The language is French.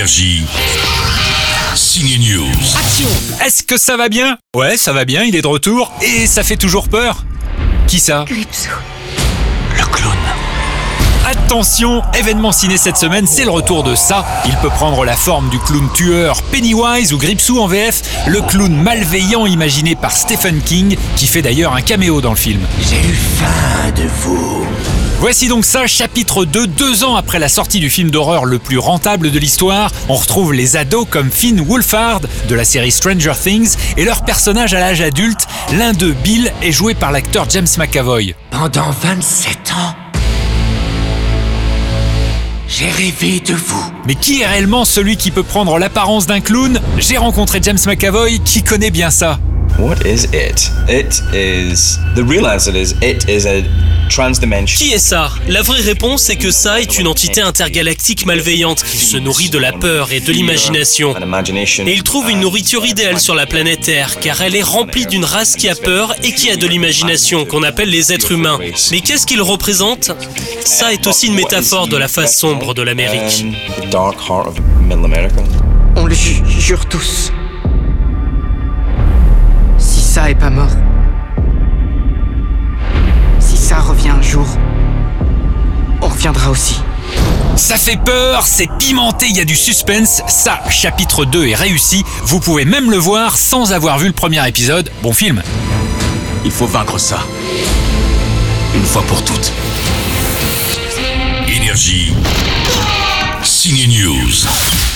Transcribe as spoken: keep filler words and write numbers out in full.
Énergie. Signe News. Action. Est-ce que ça va bien ? Ouais, ça va bien, il est de retour. Et ça fait toujours peur. Qui ça ? Gripsou. Le clown. Attention, événement ciné cette semaine, c'est le retour de ça. Il peut prendre la forme du clown tueur Pennywise ou Gripsou en V F, le clown malveillant imaginé par Stephen King, qui fait d'ailleurs un caméo dans le film. J'ai eu faim de vous. Voici donc ça, chapitre deux, deux ans après la sortie du film d'horreur le plus rentable de l'histoire. On retrouve les ados comme Finn Wolfhard de la série Stranger Things et leur personnage à l'âge adulte. L'un d'eux, Bill, est joué par l'acteur James McAvoy. Pendant vingt-sept ans, j'ai rêvé de vous. Mais qui est réellement celui qui peut prendre l'apparence d'un clown ? J'ai rencontré James McAvoy qui connaît bien ça. What is it? It is... The real answer is it is a transdimension... Qui est ça ? La vraie réponse est que ça est une entité intergalactique malveillante qui se nourrit de la peur et de l'imagination. Et il trouve une nourriture idéale sur la planète Terre, car elle est remplie d'une race qui a peur et qui a de l'imagination, qu'on appelle les êtres humains. Mais qu'est-ce qu'il représente ? Ça est aussi une métaphore de la face sombre de l'Amérique. On le ju- jure tous. Si ça est pas mort, si ça revient un jour, on reviendra aussi. Ça fait peur, c'est pimenté, il y a du suspense. Ça, chapitre deux est réussi. Vous pouvez même le voir sans avoir vu le premier épisode. Bon film. Il faut vaincre ça. Une fois pour toutes. Énergie. Signe News.